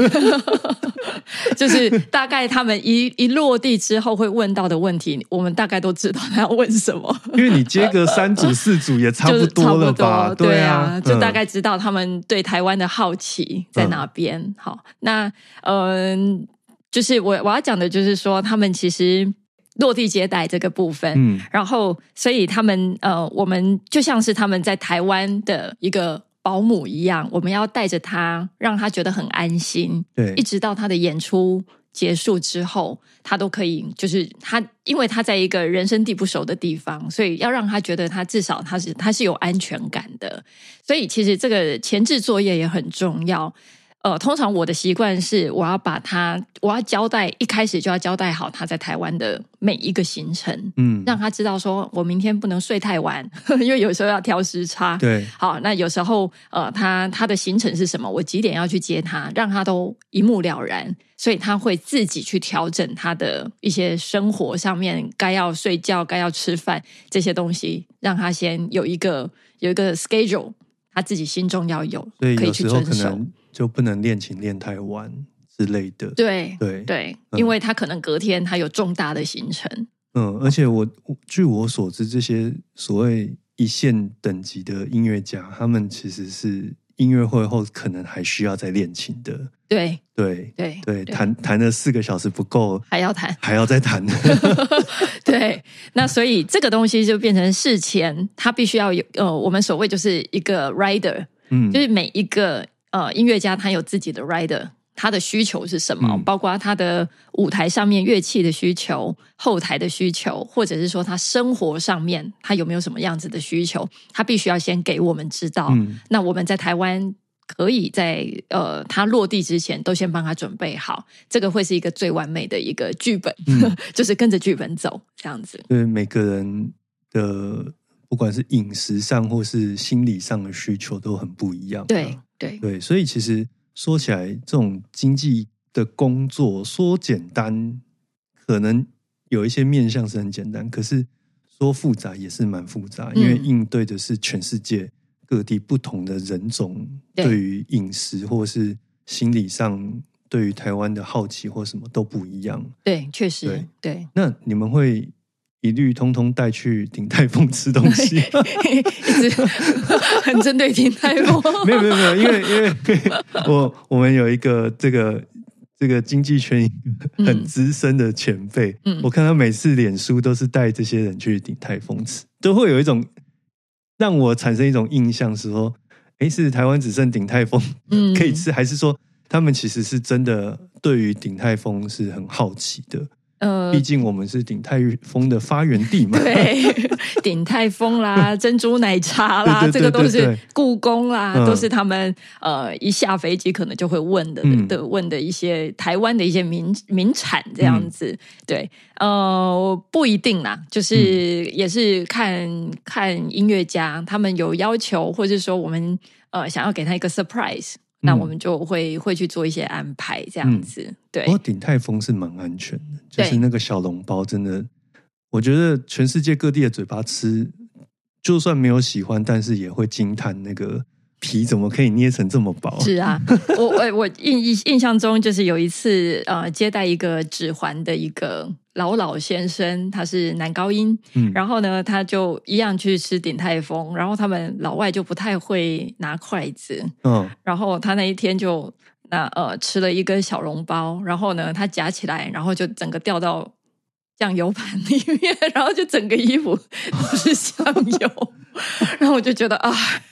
就是大概他们一一落地之后会问到的问题，我们大概都知道他要问什么。 因为你接个三组四组也差不多了吧？ 对, 对啊，就大概知道他们对台湾的好奇在哪边。嗯、好，那嗯、呃，就是我我要讲的就是说，他们其实落地接待这个部分，嗯，然后所以他们呃，我们就像是他们在台湾的一个保姆一样，我们要带着他，让他觉得很安心。 对， 一直到他的演出结束之后，他都可以，就是他，因为他在一个人生地不熟的地方，所以要让他觉得他至少他是他是有安全感的。所以其实这个前置作业也很重要。呃，通常我的习惯是，我要把他，我要交代，一开始就要交代好他在台湾的每一个行程，嗯，让他知道说，我明天不能睡太晚，因为有时候要调时差。 对， 好，那有时候呃，他他的行程是什么，我几点要去接他，让他都一目了然，所以他会自己去调整他的一些生活上面该要睡觉、该要吃饭这些东西，让他先有一个有一个 schedule， 他自己心中要有， 所以可以去遵守。 就不能练琴练太晚之类的。 对对对、嗯，因为他可能隔天他有重大的行程。 嗯，而且我据我所知，这些所谓一线等级的音乐家，他们其实是音乐会后可能还需要再练琴的。 对对对对，弹弹了四个小时不够， 还要弹， 还要再弹。 对，那所以这个东西就变成事前他必须要有呃，我们所谓就是一个 rider， 嗯，就是每一个。呃，音乐家他有自己的 rider， 他的需求是什么、嗯？包括他的舞台上面乐器的需求、后台的需求，或者是说他生活上面他有没有什么样子的需求，他必须要先给我们知道。嗯、那我们在台湾可以在呃他落地之前都先帮他准备好，这个会是一个最完美的一个剧本，嗯、就是跟着剧本走这样子。 对每个人的不管是饮食上或是心理上的需求都很不一样、啊。 对。对对，所以其实说起来，这种经济的工作说简单，可能有一些面向是很简单，可是说复杂也是蛮复杂，因为应对的是全世界各地不同的人种，对于饮食或是心理上对于台湾的好奇或什么都不一样。 对，确实 对, 对。 那你们会一律通通带去鼎泰丰吃东西， 一直很针对鼎泰丰。 没有没有没有，因为因为我我们有一个这个这个经济圈很资深的前辈、嗯，我看他每次脸书都是带这些人去鼎泰丰吃，都会有一种让我产生一种印象是说，哎，是台湾只剩鼎泰丰可以吃、嗯，还是说他们其实是真的对于鼎泰丰是很好奇的？呃，毕竟我们是鼎泰丰的发源地嘛。 对，鼎泰丰啦，珍珠奶茶啦，对对对对对，这个都是故宫啦，嗯、都是他们呃一下飞机可能就会问的、嗯、的问的一些台湾的一些名名产这样子。嗯、对，呃，不一定啦，就是也是看、嗯、看音乐家他们有要求，或者说我们呃想要给他一个 surprise。那我们就会会去做一些安排，这样子。嗯、对， 不过鼎泰丰是蛮安全的，就是那个小笼包，真的，我觉得全世界各地的嘴巴吃，就算没有喜欢，但是也会惊叹那个皮怎么可以捏成这么薄。 是啊，我我我印印象中就是有一次呃接待一个指环的一个老老先生，他是男高音、嗯、然后呢他就一样去吃鼎泰丰，然后他们老外就不太会拿筷子，嗯，然后他那一天就那呃吃了一根小笼包，然后呢他夹起来，然后就整个掉到酱油盘里面，然后就整个衣服都是酱油，然后我就觉得啊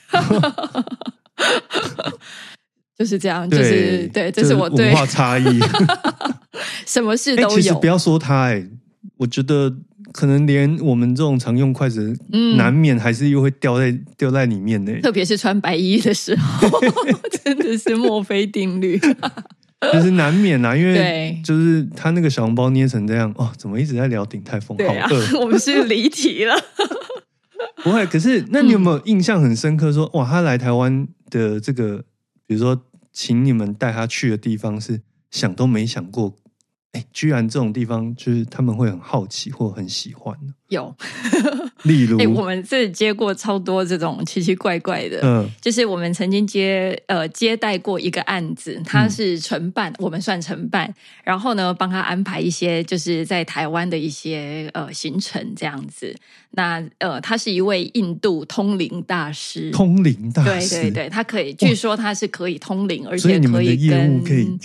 就是这样，就是对，这是我对文化差异什么事都有、 欸、其实不要说他、欸、我觉得可能连我们这种常用筷子、嗯、难免还是又会掉在掉在里面呢、欸， 特别是穿白衣的时候真的是墨菲定律就是难免啦，因为就是他那个小笼包捏成这样，哦，怎么一直在聊鼎泰丰？ 对啊， 好饿， 我们是离题了。 不会，可是那你有没有印象很深刻说，说、嗯、哇，他来台湾的这个，比如说请你们带他去的地方，是想都没想过，哎，居然这种地方就是他们会很好奇或很喜欢呢？ 有， 例如， 哎，我们这接过超多这种奇奇怪怪的，嗯，就是我们曾经接呃接待过一个案子，他是承办，嗯、我们算承办，然后呢帮他安排一些就是在台湾的一些呃行程这样子。那呃，他是一位印度通灵大师， 通灵大师， 对对对，他可以，据说他是可以通灵，而且可以跟， 业务可以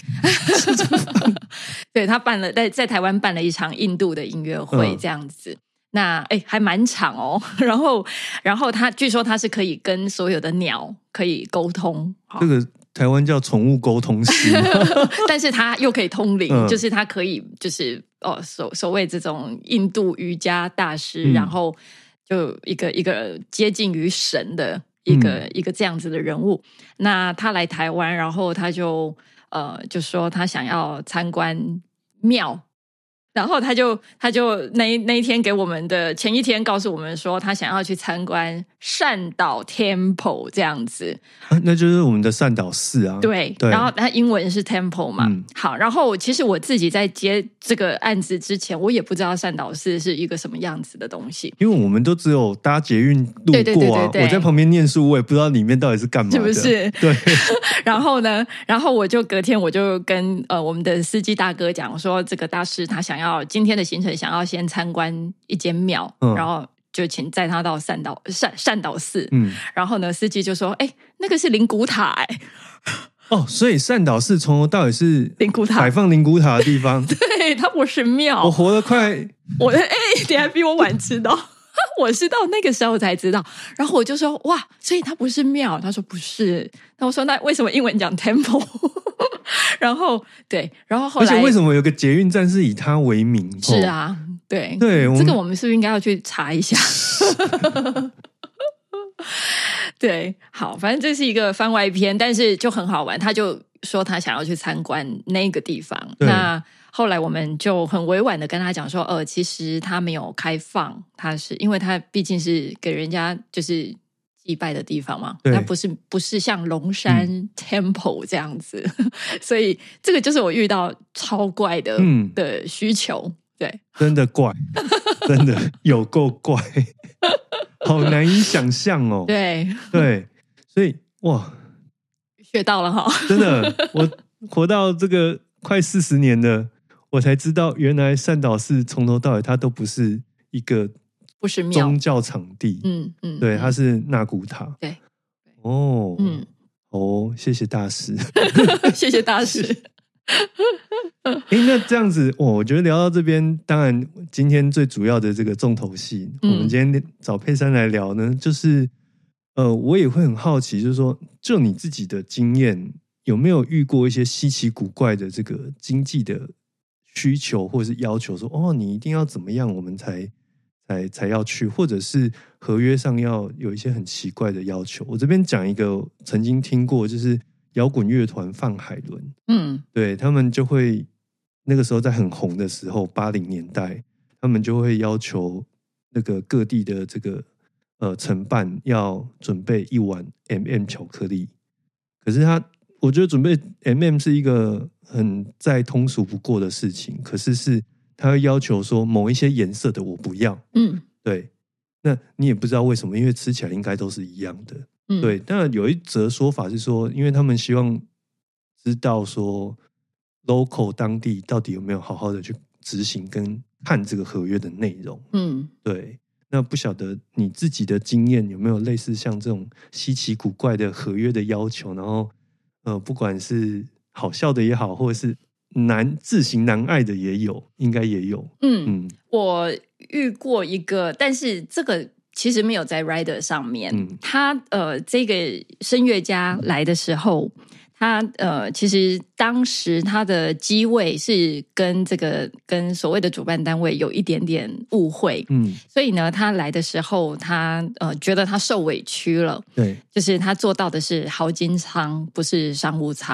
对他办了在在台湾办了一场印度的音乐会这样子。嗯，那哎，还蛮长哦。然后，然后他据说他是可以跟所有的鸟可以沟通。 这个台湾叫宠物沟通师， 但是他又可以通灵，嗯、就是他可以就是哦所所谓这种印度瑜伽大师，嗯、然后就一个一个接近于神的一个、嗯、一个这样子的人物。那他来台湾，然后他就呃就说他想要参观庙。然后他就他就那那一天给我们的前一天告诉我们说，他想要去参观善导 Temple 这样子， 啊、那就是我们的善导寺啊。 对，对，然后他英文是 Temple 嘛。嗯、好，然后其实我自己在接这个案子之前，我也不知道善导寺是一个什么样子的东西， 因为我们都只有搭捷运路过啊。对对对对对，我在旁边念书，我也不知道里面到底是干嘛的， 是不是？ 对。 然后呢，然后我就隔天我就跟呃我们的司机大哥讲说，这个大师他想要今天的行程想要先参观一间庙，嗯、然后就请载他到善导善善导寺。嗯，然后呢，司机就说：“哎，那个是灵骨塔。”哎， 哦，所以善导寺从头到尾是灵骨塔， 摆放灵骨塔的地方。 对，它不是庙。 我活得快， 我哎，你还比我晚知道。我是到那个时候才知道，然后我就说哇，所以它不是庙。他说不是，那我说那为什么英文讲 temple？ 然后对，然后后来而且为什么有个捷运站是以它为名？ 是啊，对对， 这个我们是不是应该要去查一下？对，好，反正这是一个番外篇，但是就很好玩。他就说他想要去参观那个地方，那。后来我们就很委婉的跟他讲说，呃，其实他没有开放，他是因为他毕竟是给人家就是祭拜的地方嘛，他不是不是像龙山 Temple 这样子，嗯、所以这个就是我遇到超怪的、嗯、的需求，对， 真的怪，真的有够怪，好难以想象哦， 对对，所以哇， 学到了哈， 真的，我活到这个快四十年了。我才知道，原来善导寺从头到尾，它都不是一个不是庙宗教场地，嗯嗯，对，它是纳古塔， 对， 哦，嗯，哦，谢谢大师， 谢谢大师。 哎，那这样子，哦，我觉得聊到这边，当然今天最主要的这个重头戏，嗯、我们今天找佩珊来聊呢，就是呃，我也会很好奇，就是说，就你自己的经验，有没有遇过一些稀奇古怪的这个经济的需求或者是要求说，哦，你一定要怎么样我们才才才要去，或者是合约上要有一些很奇怪的要求。我这边讲一个曾经听过，就是摇滚乐团范海伦，嗯，对，他们就会那个时候在很红的时候，八零年代，他们就会要求那个各地的这个呃承办要准备一碗 M and M 巧克力，可是他我觉得准备 M and M 是一个很再通俗不过的事情，可是是他会要求说某一些颜色的我不要，嗯，对，那你也不知道为什么，因为吃起来应该都是一样的，嗯，对。当然有一则说法是说，因为他们希望知道说 local 当地到底有没有好好的去执行跟看这个合约的内容，嗯，对。那不晓得你自己的经验有没有类似像这种稀奇古怪的合约的要求，然后呃，不管是好笑的也好，或者是难自行难爱的也有，应该也有。嗯嗯，我遇过一个，但是这个其实没有在 Rider 上面。嗯、他呃，这个声乐家来的时候，他呃，其实当时他的机位是跟这个跟所谓的主办单位有一点点误会，嗯，所以呢，他来的时候，他呃觉得他受委屈了， 对， 就是他坐到的是豪金舱，不是商务舱。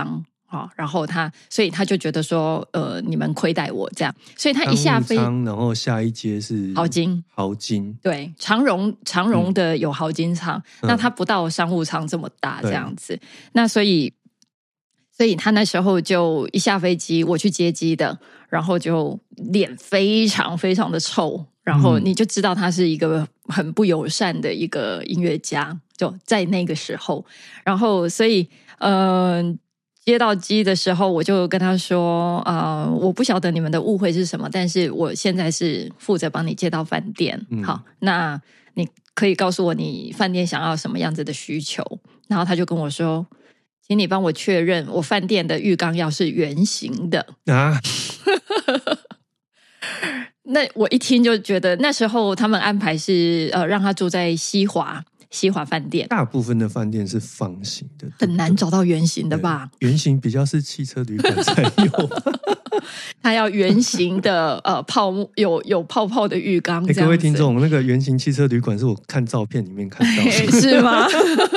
好，然后他，所以他就觉得说，呃，你们亏待我这样，所以他一下飞， 然后下一阶是豪金， 豪金， 对，长荣长荣的有豪金舱，嗯、那他不到商务舱这么大这样子，那所以，所以他那时候就一下飞机，我去接机的，然后就脸非常非常的臭，然后你就知道他是一个很不友善的一个音乐家，就在那个时候，然后所以，嗯、呃。接到机的时候，我就跟他说：“呃，我不晓得你们的误会是什么，但是我现在是负责帮你接到饭店。嗯、好，那你可以告诉我你饭店想要什么样子的需求。”然后他就跟我说：“请你帮我确认，我饭店的浴缸要是圆形的啊。”那我一听就觉得，那时候他们安排是呃让他住在西华。西华饭店大部分的饭店是方形的， 很难找到圆形的吧？ 圆形比较是汽车旅馆才有， 它要圆形的呃泡沫有有泡泡的浴缸。 各位听众，那个圆形汽车旅馆是我看照片里面看到的， 是吗？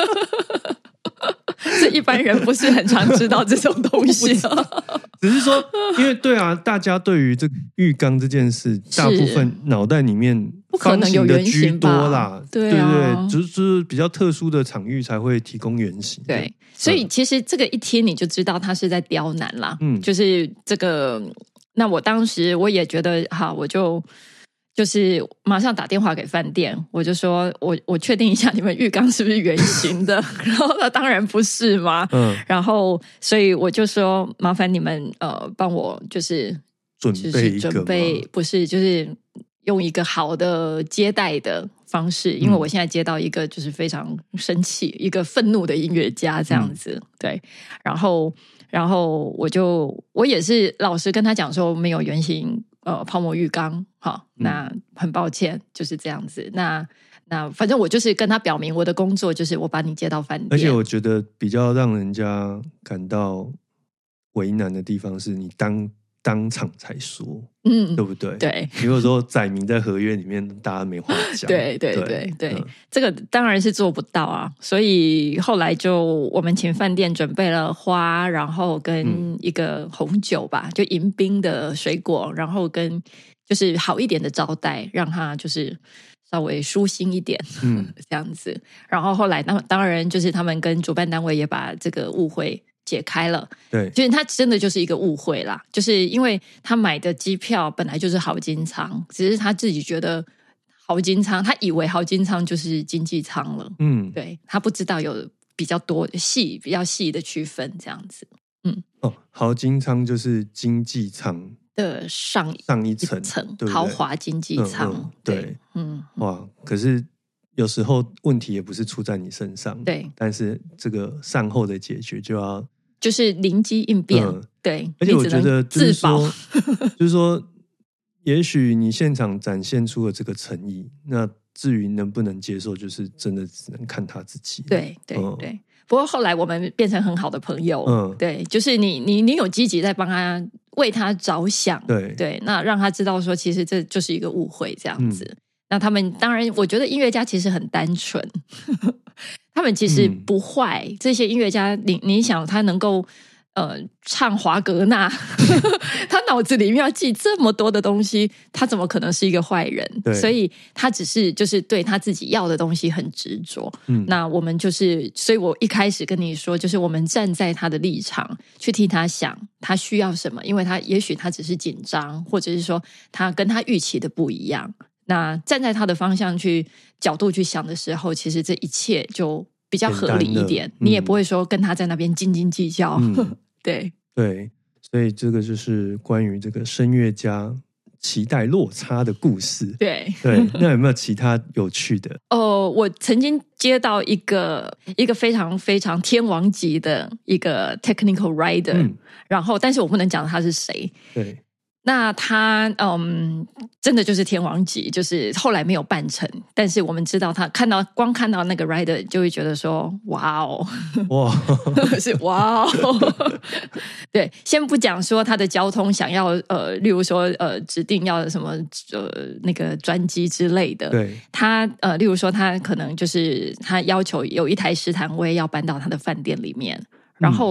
这一般人不是很常知道这种东西， 只是说，因为对啊，大家对于这个浴缸这件事，大部分脑袋里面方形的居多啦， 对啊， 对对，就是比较特殊的场域才会提供圆形。 对，所以其实这个一听你就知道他是在刁难啦，嗯，就是这个。那我当时我也觉得，好，我就。就是马上打电话给饭店，我就说我我确定一下你们浴缸是不是圆形的，然后他当然不是嘛，嗯，然后所以我就说麻烦你们呃帮我就是准备一个准备不是就是用一个好的接待的方式，因为我现在接到一个就是非常生气、一个愤怒的音乐家这样子，嗯、对，然后然后我就我也是老实跟他讲说没有圆形。呃，泡沫浴缸，好，那很抱歉，就是这样子。那那反正我就是跟他表明我的工作就是我把你接到饭店。 而且我觉得比较让人家感到为难的地方是你当当场才说，嗯，对不对？ 对， 如果说载明在合约里面，大家没话讲。 对对对 对, 对、嗯，这个当然是做不到啊。所以后来就我们请饭店准备了花，然后跟一个红酒吧，嗯、就迎宾的水果，然后跟就是好一点的招待，让他就是稍微舒心一点，嗯，这样子。然后后来当当然就是他们跟主办单位也把这个误会解开了， 对， 就是他真的就是一个误会啦，就是因为他买的机票本来就是豪金舱，只是他自己觉得豪金舱，他以为豪金舱就是经济舱了，嗯，对，他不知道有比较多细、比较细的区分这样子，嗯， 哦，豪金舱就是经济舱的上上一层， 对对豪华经济舱，嗯嗯对，嗯，哇，可是。有时候问题也不是出在你身上， 对， 但是这个善后的解决就要就是灵机应变，嗯、对， 而且我觉得就是说，就是说，也许你现场展现出了这个诚意，那至于能不能接受，就是真的只能看他自己。 对对、嗯、对。不过后来我们变成很好的朋友，嗯，对，就是你你你有积极在帮他为他着想， 对对，那让他知道说，其实这就是一个误会，这样子。嗯，那他们当然，我觉得音乐家其实很单纯，他们其实不坏。嗯、这些音乐家，你你想，他能够呃唱华格纳，他脑子里面要记这么多的东西，他怎么可能是一个坏人？所以他只是就是对他自己要的东西很执着。嗯，那我们就是，所以我一开始跟你说，就是我们站在他的立场去替他想，他需要什么，因为他也许他只是紧张，或者是说他跟他预期的不一样。那站在他的方向去角度去想的时候，其实这一切就比较合理一点，你也不会说跟他在那边斤斤计较。嗯、对对，所以这个就是关于这个声乐家期待落差的故事。 对对，那有没有其他有趣的？ 哦，我曾经接到一个一个非常非常天王级的一个 technical writer，嗯、然后但是我不能讲他是谁。 对。 那他嗯，真的就是天王级，就是后来没有办成，但是我们知道他看到光看到那个 rider 就会觉得说哇哦，哇是哇哦，对，先不讲说他的交通想要呃，例如说呃指定要什么呃那个专机之类的， 对， 他呃例如说他可能就是他要求有一台斯坦威要搬到他的饭店里面，然后。嗯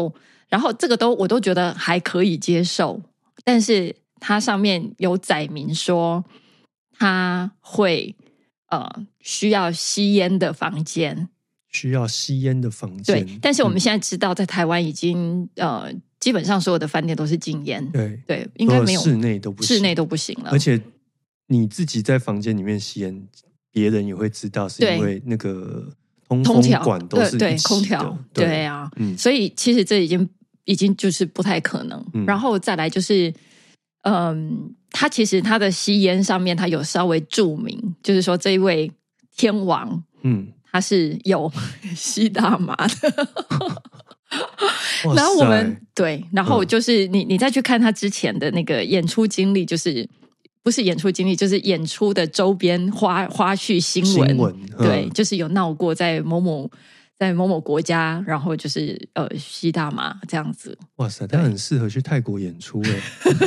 然后这个都我都觉得还可以接受，但是它上面有载明说他会呃需要吸烟的房间， 需要吸烟的房间。 对，但是我们现在知道，在台湾已经、嗯、呃基本上所有的饭店都是禁烟， 对对，应该没有室内都不行， 室内都不行了， 而且你自己在房间里面吸烟，别人也会知道，是因为那个通风管都是一起的， 对对空调，对, 对啊、嗯，所以其实这已经已经就是不太可能。嗯、然后再来就是，嗯，他其实他的吸烟上面他有稍微注明，就是说这一位天王，嗯，他是有吸大麻的。然后我们对，然后就是你你再去看他之前的那个演出经历，就是不是演出经历，就是演出的周边花花絮新闻，新闻对，就是有闹过在某某在某某国家，然后就是呃吸大麻这样子。 哇塞，他很适合去泰国演出哎。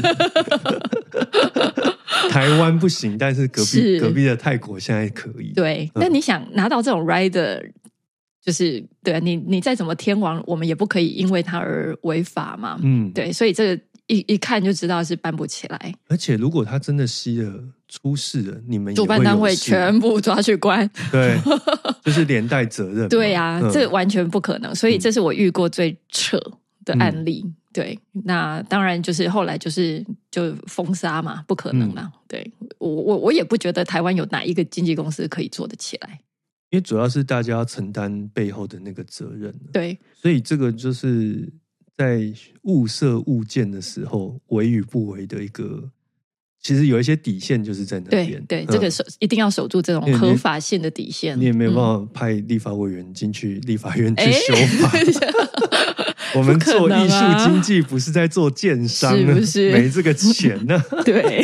台湾不行，但是隔壁隔壁的泰国现在可以。 对，那、嗯、你想拿到这种 rider， 就是对你你再怎么天王，我们也不可以因为他而违法嘛。嗯，对，所以这个一一看就知道是办不起来。 而且如果他真的吸了出事了，你们也会有事， 主办单位全部抓去关。 对，就是连带责任。 对啊、嗯，这完全不可能。所以这是我遇过最扯的案例。嗯，对，那当然就是后来就是就封杀嘛，不可能啦。嗯、对我我我也不觉得台湾有哪一个经纪公司可以做得起来， 因为主要是大家要承担背后的那个责任。 对， 所以这个就是在物色物件的时候，为与不为的一个，其实有一些底线就是在那边。 对对，嗯、这个守一定要守住这种合法性的底线。 你也没有办法派立法委员进去立法院去修法。我们做艺术经济不是在做建商， 是不是没这个钱呢？ 对，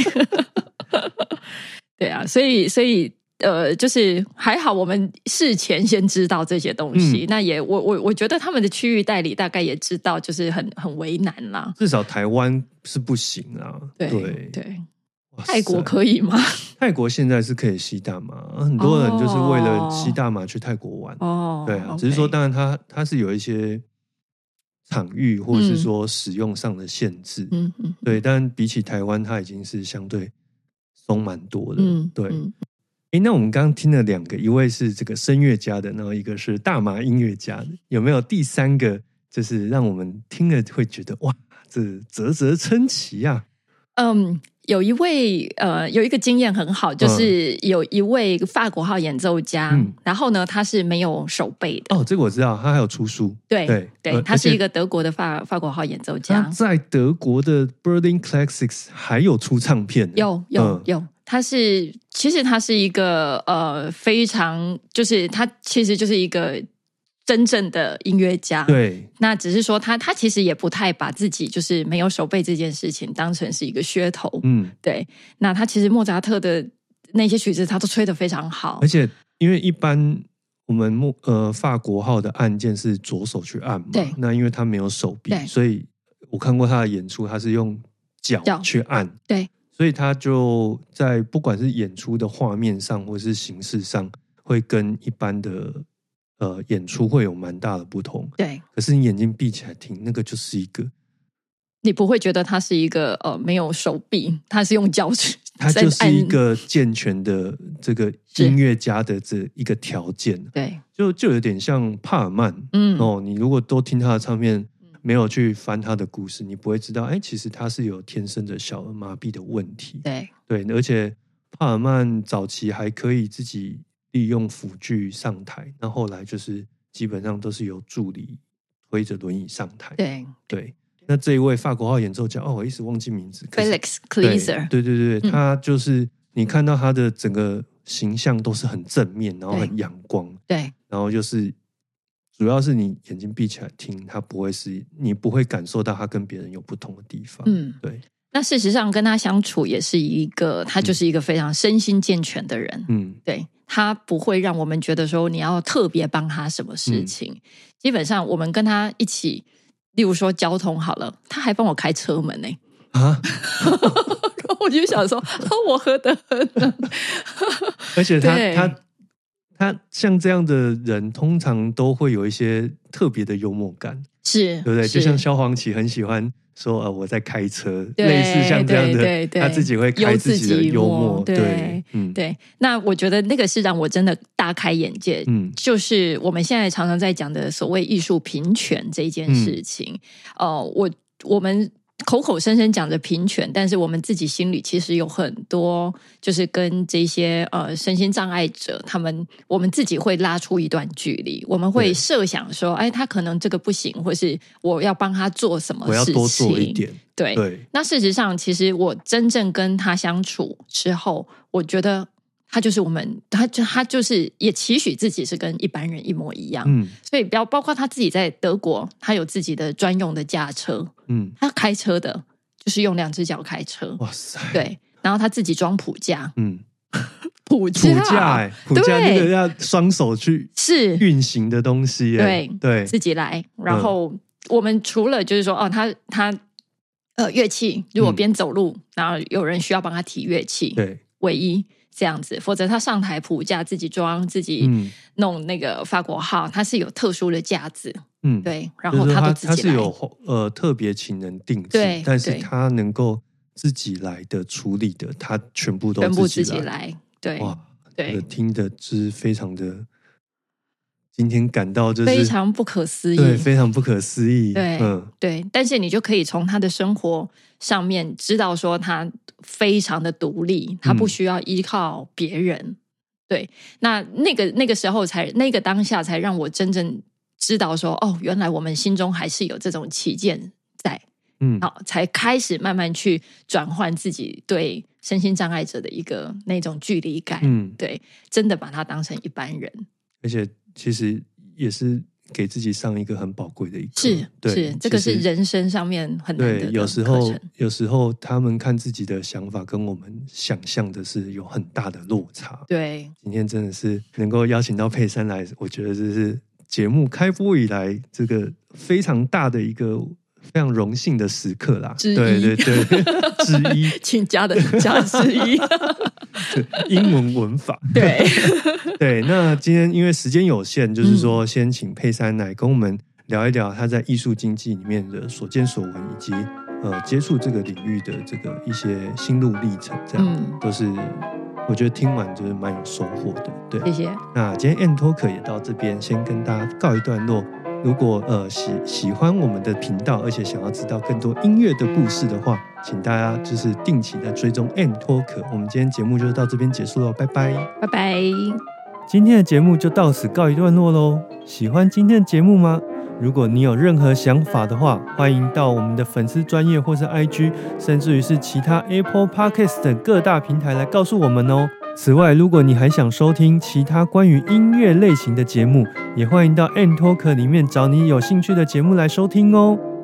对啊，所以所以呃，就是还好我们事前先知道这些东西。嗯、那也我我我觉得他们的区域代理大概也知道，就是很很为难啦。 至少台湾是不行啊。对对, 对，泰国可以吗？ 泰国现在是可以吸大麻，很多人就是为了吸大麻去泰国玩。哦，对啊， okay、只是说当然它它是有一些场域或者是说使用上的限制，嗯嗯，对，但比起台湾，它已经是相对松蛮多的，嗯，对。嗯诶，那我们刚刚听了两个，一位是这个声乐家的，然后一个是大麻音乐家的，有没有第三个就是让我们听了会觉得哇，这啧啧称奇啊？ 嗯，有一位呃，有一个经验很好，就是有一位法国号演奏家，嗯、然后呢，他是没有手背的。 哦，这个我知道，他还有出书。 对对对，他是一个德国的法法国号演奏家， 他在德国的 Berlin Classics 还有出唱片。 有有、嗯、有，他是其实他是一个呃非常，就是他其实就是一个真正的音乐家。 对， 那只是说他他其实也不太把自己就是没有手背这件事情当成是一个噱头。嗯，对。那他其实莫扎特的那些曲子他都吹得非常好， 而且因为一般我们莫呃法国号的按键是左手去按嘛， 对， 那因为他没有手臂，所以我看过他的演出，他是用脚去按， 对， 所以他就在不管是演出的画面上或是形式上，会跟一般的呃演出会有蛮大的不同。 对， 可是你眼睛闭起来听，那个就是一个， 你不会觉得他是一个呃没有手臂，他是用脚去， 他就是一个健全的这个音乐家的这一个条件。 对， 就就有点像帕尔曼，嗯哦，你如果多听他的唱片，没有去翻他的故事，你不会知道，哎，其实他是有天生的小儿麻痹的问题。 对对，而且帕尔曼早期还可以自己利用辅具上台，那后来就是基本上都是由助理推着轮椅上台。 对对，那这一位法国号演奏家，哦，我一时忘记名字 ，Felix Kleiser。 对对对对，嗯、他就是你看到他的整个形象都是很正面，然后很阳光。 对， 然后就是主要是你眼睛闭起来听，他不会是你不会感受到他跟别人有不同的地方。嗯，对。 那事实上跟他相处也是一个，他就是一个非常身心健全的人。嗯，对，他不会让我们觉得说你要特别帮他什么事情。嗯、基本上我们跟他一起，例如说交通好了，他还帮我开车门呢、欸。啊！然后我就想说，我何德何能？ 而且他他。他像这样的人，通常都会有一些特别的幽默感。 是， 对不对？就像萧煌奇很喜欢说呃我在开车，类似像这样的，对对对，他自己会开自己的幽默， 对对、嗯、对。那我觉得那个是让我真的大开眼界，嗯，就是我们现在常常在讲的所谓艺术平权这一件事情，嗯、呃，我我们。口口声声讲着平权，但是我们自己心里其实有很多，就是跟这些呃身心障碍者，他们我们自己会拉出一段距离，我们会设想说，哎，他可能这个不行，或是我要帮他做什么事情，我要多做一点。 对， 对。 那事实上，其实我真正跟他相处之后，我觉得。他就是我们，他就他就是也期许自己是跟一般人一模一样，嗯，所以包包括他自己在德国，他有自己的专用的驾车，嗯，他开车的就是用两只脚开车， 哇塞， 对，然后他自己装普驾， 嗯， 普驾， 普驾、欸，普驾那个要双手去是运行的东西、欸， 对对， 自己来。然后我们除了就是说，哦，他他呃乐器，如果边走路，嗯、然后有人需要帮他提乐器， 对， 唯一。这样子，否则他上台普驾自己装自己弄那个法国号，他是有特殊的架子，嗯，对，然后他都自己来， 他是有呃特别请人定制，对，但是他能够自己来的处理的，他全部都全部自己来，对， 哇， 对， 我听的是非常的。今天感到就是非常不可思议， 对，非常不可思议， 对，嗯，对。但是你就可以从他的生活上面知道说他非常的独立，他不需要依靠别人。嗯、对，那那个那个时候才那个当下才让我真正知道说，哦，原来我们心中还是有这种旗舰在，嗯，好，才开始慢慢去转换自己对身心障碍者的一个那种距离感，嗯，对，真的把他当成一般人， 而且。其实也是给自己上一个很宝贵的一课， 是是，这个是人生上面很难得的课程。 对，有时候有时候他们看自己的想法跟我们想象的是有很大的落差。 对， 今天真的是能够邀请到佩珊来，我觉得这是节目开播以来这个非常大的一个非常荣幸的时刻啦。 之一， 对对对，之一， 请加的加之一。 英文文法对对，那今天因为时间有限，就是说先请佩珊来跟我们聊一聊她在艺术经济里面的所见所闻，以及呃接触这个领域的这个一些心路历程，这样、嗯、都是我觉得听完就是蛮有收获的。对， 谢谢。 那今天 N Talk 也到这边，先跟大家告一段落。如果呃喜喜欢我们的频道，而且想要知道更多音乐的故事的话，请大家就是定期的追踪 N Talk。我们今天节目就到这边结束了，拜拜， 拜拜。 今天的节目就到此告一段落喽。喜欢今天的节目吗？如果你有任何想法的话，欢迎到我们的粉丝专页或是 I G， 甚至于是其他 Apple Podcast 等各大平台来告诉我们哦。此外，如果你还想收听其他关于音乐类型的节目，也欢迎到 N Talk 里面找你有兴趣的节目来收听哦。